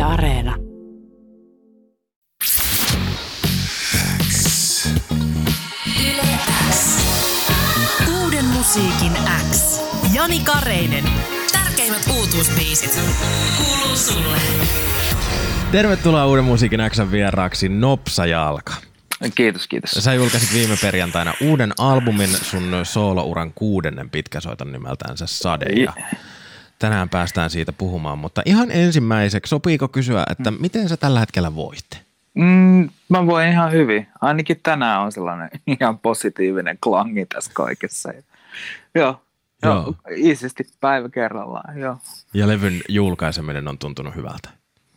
Areena. Yle X. Uuden musiikin X. Jani Kareinen. Tärkeimmät uutuusbiisit. Kuuluu sulle. Tervetuloa Uuden musiikin X:n vieraaksi Nopsa Jalka. Kiitos, kiitos. Sä julkaisit viime perjantaina uuden albumin sun soolouran 6. pitkäsoiton nimeltänsä Sade. Ja tänään päästään siitä puhumaan, mutta ihan ensimmäiseksi sopiiko kysyä, että miten sä tällä hetkellä voit? Mä voin ihan hyvin. Ainakin tänään on sellainen ihan positiivinen klangi tässä kaikessa. Joo. Iisisti päivä kerrallaan, joo. Ja levyn julkaiseminen on tuntunut hyvältä?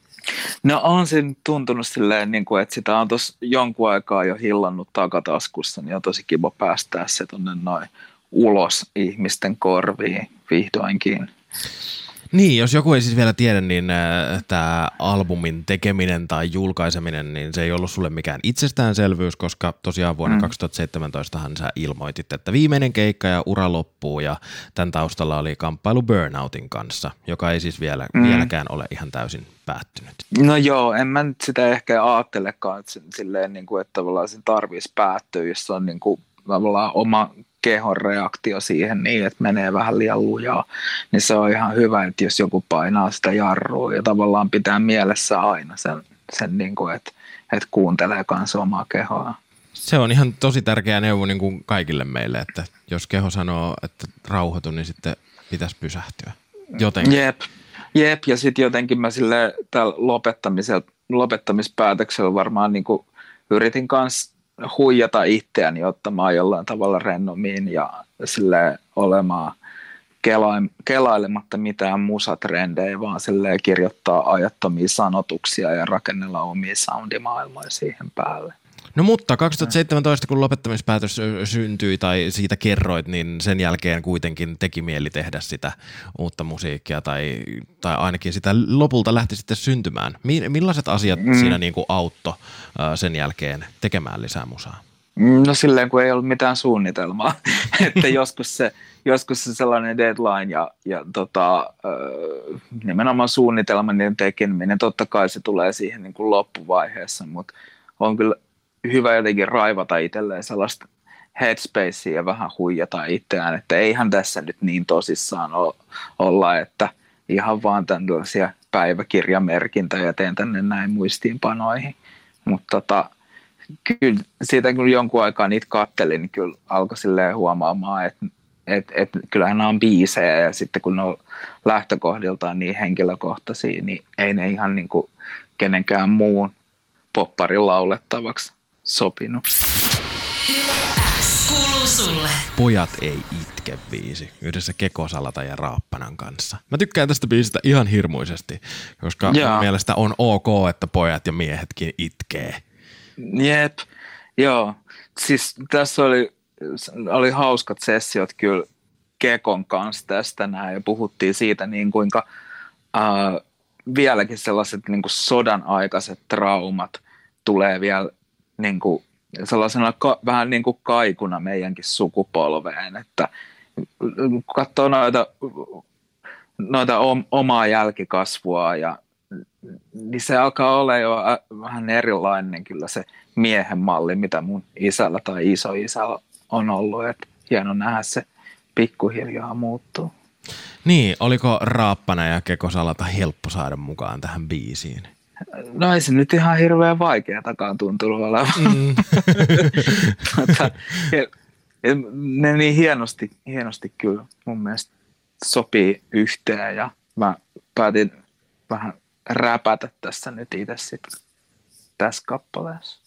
No on se tuntunut silleen, niin kuin, että sitä on tuossa jonkun aikaa jo hillannut takataskussa, niin on tosi kiva päästää se tonne noin ulos ihmisten korviin vihdoinkin. Niin, jos joku ei siis vielä tiedä, niin tämä albumin tekeminen tai julkaiseminen, niin se ei ollut sulle mikään itsestäänselvyys, koska tosiaan vuonna 2017han sä ilmoitit, että viimeinen keikka ja ura loppuu ja tämän taustalla oli kamppailu burnoutin kanssa, joka ei siis vieläkään ole ihan täysin päättynyt. No joo, en mä nyt sitä ehkä ajattelekaan, että silleen, niin kuin, että tavallaan se tarvitsisi päättyä, jos se on niin kuin, tavallaan oma kehon reaktio siihen niin, että menee vähän liian lujaa, niin se on ihan hyvä, että jos joku painaa sitä jarrua ja tavallaan pitää mielessä aina sen niin kuin, että kuuntelee kanssa omaa kehoa. Se on ihan tosi tärkeä neuvo niin kuin kaikille meille, että jos keho sanoo, että rauhoitu, niin sitten pitäisi pysähtyä jotenkin. Jep, ja sitten jotenkin mä silleen tällä lopettamispäätöksellä varmaan niin kuin yritin kanssa huijata itseäni ottamaan jollain tavalla rennomiin ja silleen olemaan kelailematta mitään musatrendejä, vaan silleen kirjoittaa ajattomia sanotuksia ja rakennella omia soundimaailmoja siihen päälle. No mutta 2017, kun lopettamispäätös syntyi tai siitä kerroit, niin sen jälkeen kuitenkin teki mieli tehdä sitä uutta musiikkia tai ainakin sitä lopulta lähti sitten syntymään. Millaiset asiat siinä niin kuin auttoi sen jälkeen tekemään lisää musaa? No silleen, kun ei ollut mitään suunnitelmaa, että joskus se sellainen deadline ja nimenomaan suunnitelman niin tekeminen, totta kai se tulee siihen niin kuin loppuvaiheessa, mutta on kyllä hyvä jotenkin raivata itselleen sellaista headspacea ja vähän huijata itseään, että eihän tässä nyt niin tosissaan olla, että ihan vaan tällaisia päiväkirjamerkintöjä teen tänne näin muistiinpanoihin. Mutta kyllä siitä kun jonkun aikaa niitä kattelin, niin kyllä alkoi silleen huomaamaan, että kyllähän nämä on biisejä ja sitten kun ne on lähtökohdiltaan niin henkilökohtaisia, niin ei ne ihan niin kuin kenenkään muun popparin laulettavaksi sopinut. Kuuluu sulle. Pojat ei itke -biisi yhdessä Keko Salata ja Raappanan kanssa. Mä tykkään tästä biisistä ihan hirmuisesti, koska mun mielestä on ok, että pojat ja miehetkin itkee. Jep, joo. Siis tässä oli hauskat sessiot kyllä Kekon kanssa tästä näin ja puhuttiin siitä niin kuinka vieläkin sellaiset niin kuin sodan aikaiset traumat tulee vielä niin kuin sellaisena vähän niin kuin kaikuna meidänkin sukupolveen, että kun katsoo noita omaa jälkikasvua niin se alkaa olla jo vähän erilainen kyllä se miehen malli, mitä mun isällä tai isoisällä on ollut, että hieno nähdä se pikkuhiljaa muuttuu. Niin, oliko Raappana ja Keko Salata helppo saada mukaan tähän biisiin? No ei se nyt ihan hirveän vaikeatakaan tuntunut olevan. Ne niin hienosti kyllä mun mielestä sopii yhteen ja mä päätin vähän räpätä tässä nyt itse sitten tässä kappaleessa.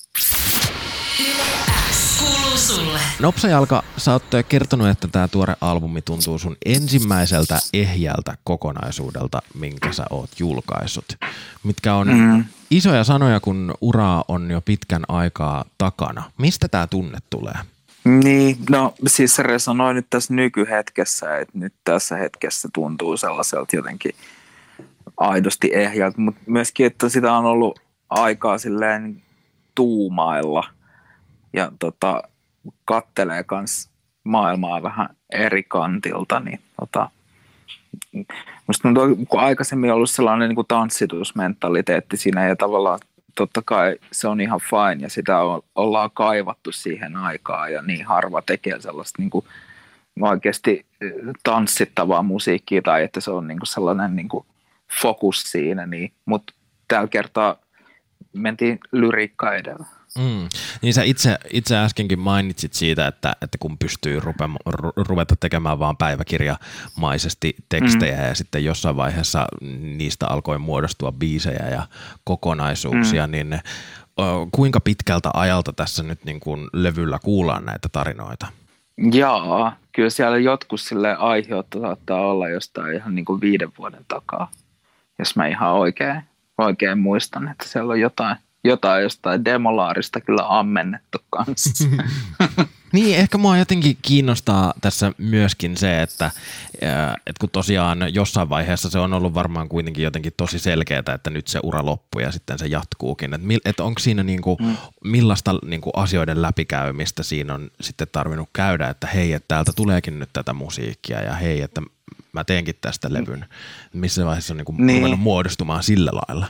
Kuuluu sulle. Nopsa Jalka, sä oot kertonut, että tää tuore albumi tuntuu sun ensimmäiseltä ehjältä kokonaisuudelta, minkä sä oot julkaissut. Mitkä on isoja sanoja, kun uraa on jo pitkän aikaa takana. Mistä tää tunne tulee? Niin, no siis se resonoi nyt tässä nykyhetkessä, että nyt tässä hetkessä tuntuu sellaiselta jotenkin aidosti ehjältä, mutta myöskin, että sitä on ollut aikaa silleen tuumailla ja kattelee kans maailmaa vähän eri kantilta, niin musta tuntuu, kun aikaisemmin ollut sellainen niin kuin tanssitusmentaliteetti siinä ja tavallaan totta kai se on ihan fine ja sitä ollaan kaivattu siihen aikaan ja niin harva tekee sellaista niin kuin oikeasti tanssittavaa musiikkia tai että se on niin kuin sellainen niin kuin fokus siinä, niin, mutta tällä kertaa mentiin lyriikka edellä. Niin sä itse äskenkin mainitsit siitä, että kun pystyy ruveta tekemään vaan päiväkirjamaisesti tekstejä ja sitten jossain vaiheessa niistä alkoi muodostua biisejä ja kokonaisuuksia, niin kuinka pitkältä ajalta tässä nyt niin kuin levyllä kuullaan näitä tarinoita? Jaa, kyllä siellä jotkut silleen aiheut saattaa olla jostain ihan niin kuin 5 vuoden takaa, jos mä ihan oikein muistan, että siellä on jotain jostain demolaarista kyllä ammennettu kanssa. Niin, ehkä mua jotenkin kiinnostaa tässä myöskin se, että kun tosiaan jossain vaiheessa se on ollut varmaan kuitenkin jotenkin tosi selkeää, että nyt se ura loppuu ja sitten se jatkuukin. Että onko siinä niinku, millaista niinku asioiden läpikäymistä siinä on sitten tarvinnut käydä, että hei, että täältä tuleekin nyt tätä musiikkia ja hei, että mä teenkin tästä levyn. Missä vaiheessa on niinku ruvennut muodostumaan sillä lailla?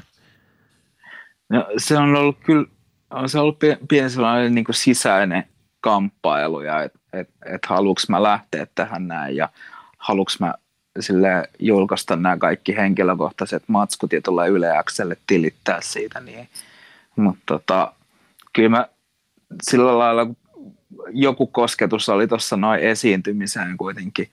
No, se on ollut kyllä, se on ollut pieni sellainen niin kuin sisäinen kamppailu ja että haluuks mä lähteä tähän näin ja haluuks mä sille julkaista nämä kaikki henkilökohtaiset matskut ja tulla Yle X:lle tilittää siitä. Niin. Mutta kyllä mä sillä lailla joku kosketus oli tuossa noin esiintymiseen kuitenkin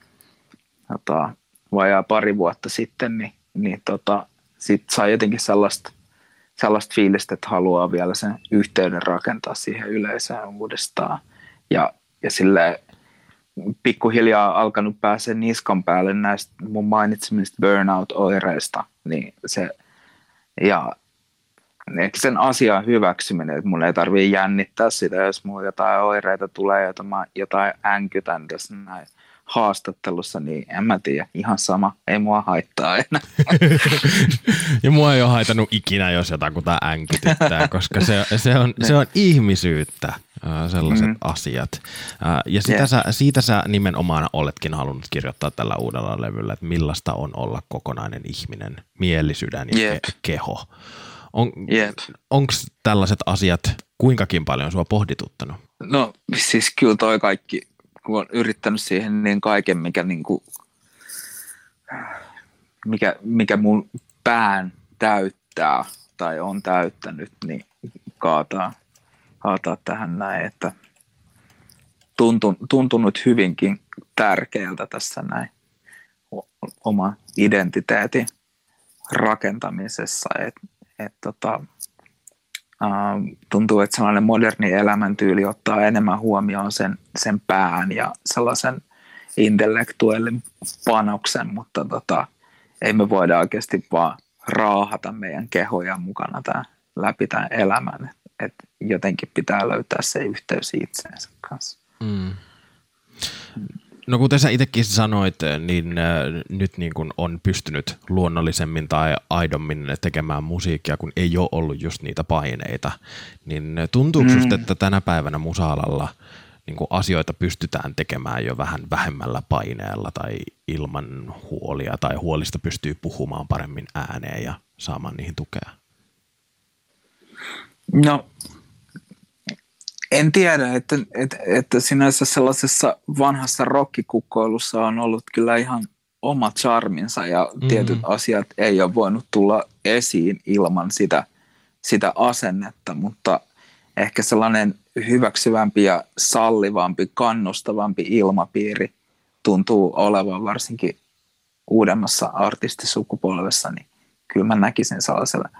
vajaa 2 vuotta sitten, niin sit sai jotenkin sellaista fiilistä, että haluaa vielä sen yhteyden rakentaa siihen yleisöön uudestaan. Ja silleen pikkuhiljaa alkanut pääsee niskan päälle näistä mun mainitsemista burnout-oireista. Niin se, ja ehkä sen asian hyväksyminen, että mun ei tarvitse jännittää sitä, jos mulla jotain oireita tulee, jotain änkytän tässä näin haastattelussa, niin en mä tiedä, ihan sama, ei mua haittaa enää. Ja mua ei ole haitannut ikinä, jos jotakuta änkytyttää, koska se on ihmisyyttä, sellaiset asiat. Ja siitä sä nimenomaan oletkin halunnut kirjoittaa tällä uudella levyllä, että millaista on olla kokonainen ihminen, mieli, sydän ja keho. Onko tällaiset asiat kuinkakin paljon sua pohdituttanut? No siis kyllä toi kaikki, kun on yrittänyt siihen niin kaiken, mikä mun pään täyttää tai on täyttänyt, niin kaataa tähän näin, että tuntunut hyvinkin tärkeältä tässä näin oma identiteetin rakentamisessa, tuntuu, että sellainen moderni elämäntyyli ottaa enemmän huomioon sen pään ja sellaisen intellektuellin panoksen, mutta ei me voida oikeasti vaan raahata meidän kehoja mukana läpi tämän elämän. Et jotenkin pitää löytää se yhteys itseensä kanssa. No kuten sä itsekin sanoit, niin nyt niin kun on pystynyt luonnollisemmin tai aidommin tekemään musiikkia, kun ei ole ollut just niitä paineita, niin tuntuuko just, että tänä päivänä musa-alalla niin kun asioita pystytään tekemään jo vähän vähemmällä paineella tai ilman huolia tai huolista pystyy puhumaan paremmin ääneen ja saamaan niihin tukea? No en tiedä, että sinänsä sellaisessa vanhassa rockikukkoilussa on ollut kyllä ihan oma charminsa ja tietyt asiat ei ole voinut tulla esiin ilman sitä asennetta, mutta ehkä sellainen hyväksyvämpi ja sallivampi, kannustavampi ilmapiiri tuntuu olevan varsinkin uudemmassa artistisukupolvessa, niin kyllä mä näkisin sellaisella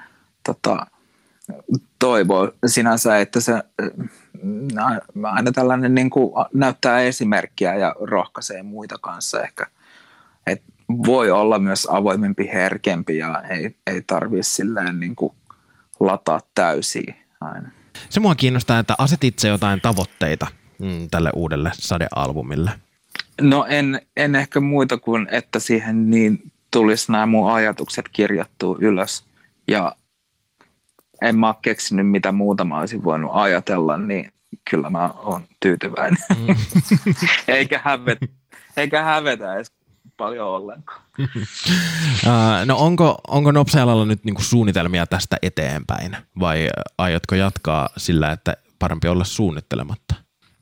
toivoa sinänsä, että se aina tällainen niin kuin näyttää esimerkkiä ja rohkaisee muita kanssa ehkä. Et voi olla myös avoimempi, herkempi ja ei tarvitse silleen niin kuin lataa täysiä aina. Se mua kiinnostaa, että asetit se jotain tavoitteita tälle uudelle Sade-albumille? No en ehkä muita kuin, että siihen niin tulisi nämä mun ajatukset kirjattua ylös ja en mä ole keksinyt, mitä muuta mä olisin voinut ajatella, niin kyllä mä oon tyytyväinen. Eikä hävetä edes paljon ollenkaan. No onko Nopsa-alalla nyt niinku suunnitelmia tästä eteenpäin vai aiotko jatkaa sillä, että parempi olla suunnittelematta?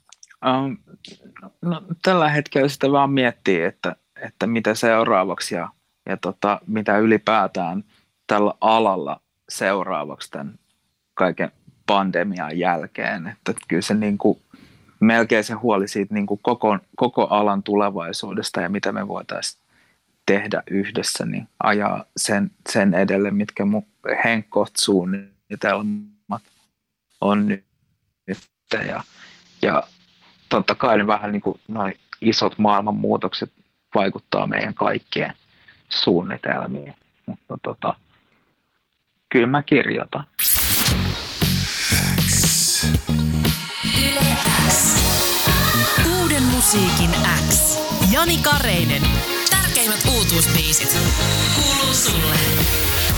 No, tällä hetkellä sitä vaan miettii, että mitä seuraavaksi ja mitä ylipäätään tällä alalla seuraavaksi tämän kaiken pandemian jälkeen. Että kyllä se niin kuin, melkein se huoli siitä niin kuin koko alan tulevaisuudesta ja mitä me voitaisiin tehdä yhdessä, niin ajaa sen edelle, mitkä mun henkkoht suunnitelmat on nyt. Ja totta kai niin vähän niin kuin noi isot maailmanmuutokset vaikuttaa meidän kaikkien suunnitelmiin, mutta kyllä mä kirjoitan. Yle X. Uuden musiikin X. Jani Kareinen. Tärkeimmät uutuusbiisit. Kuuluu sulle.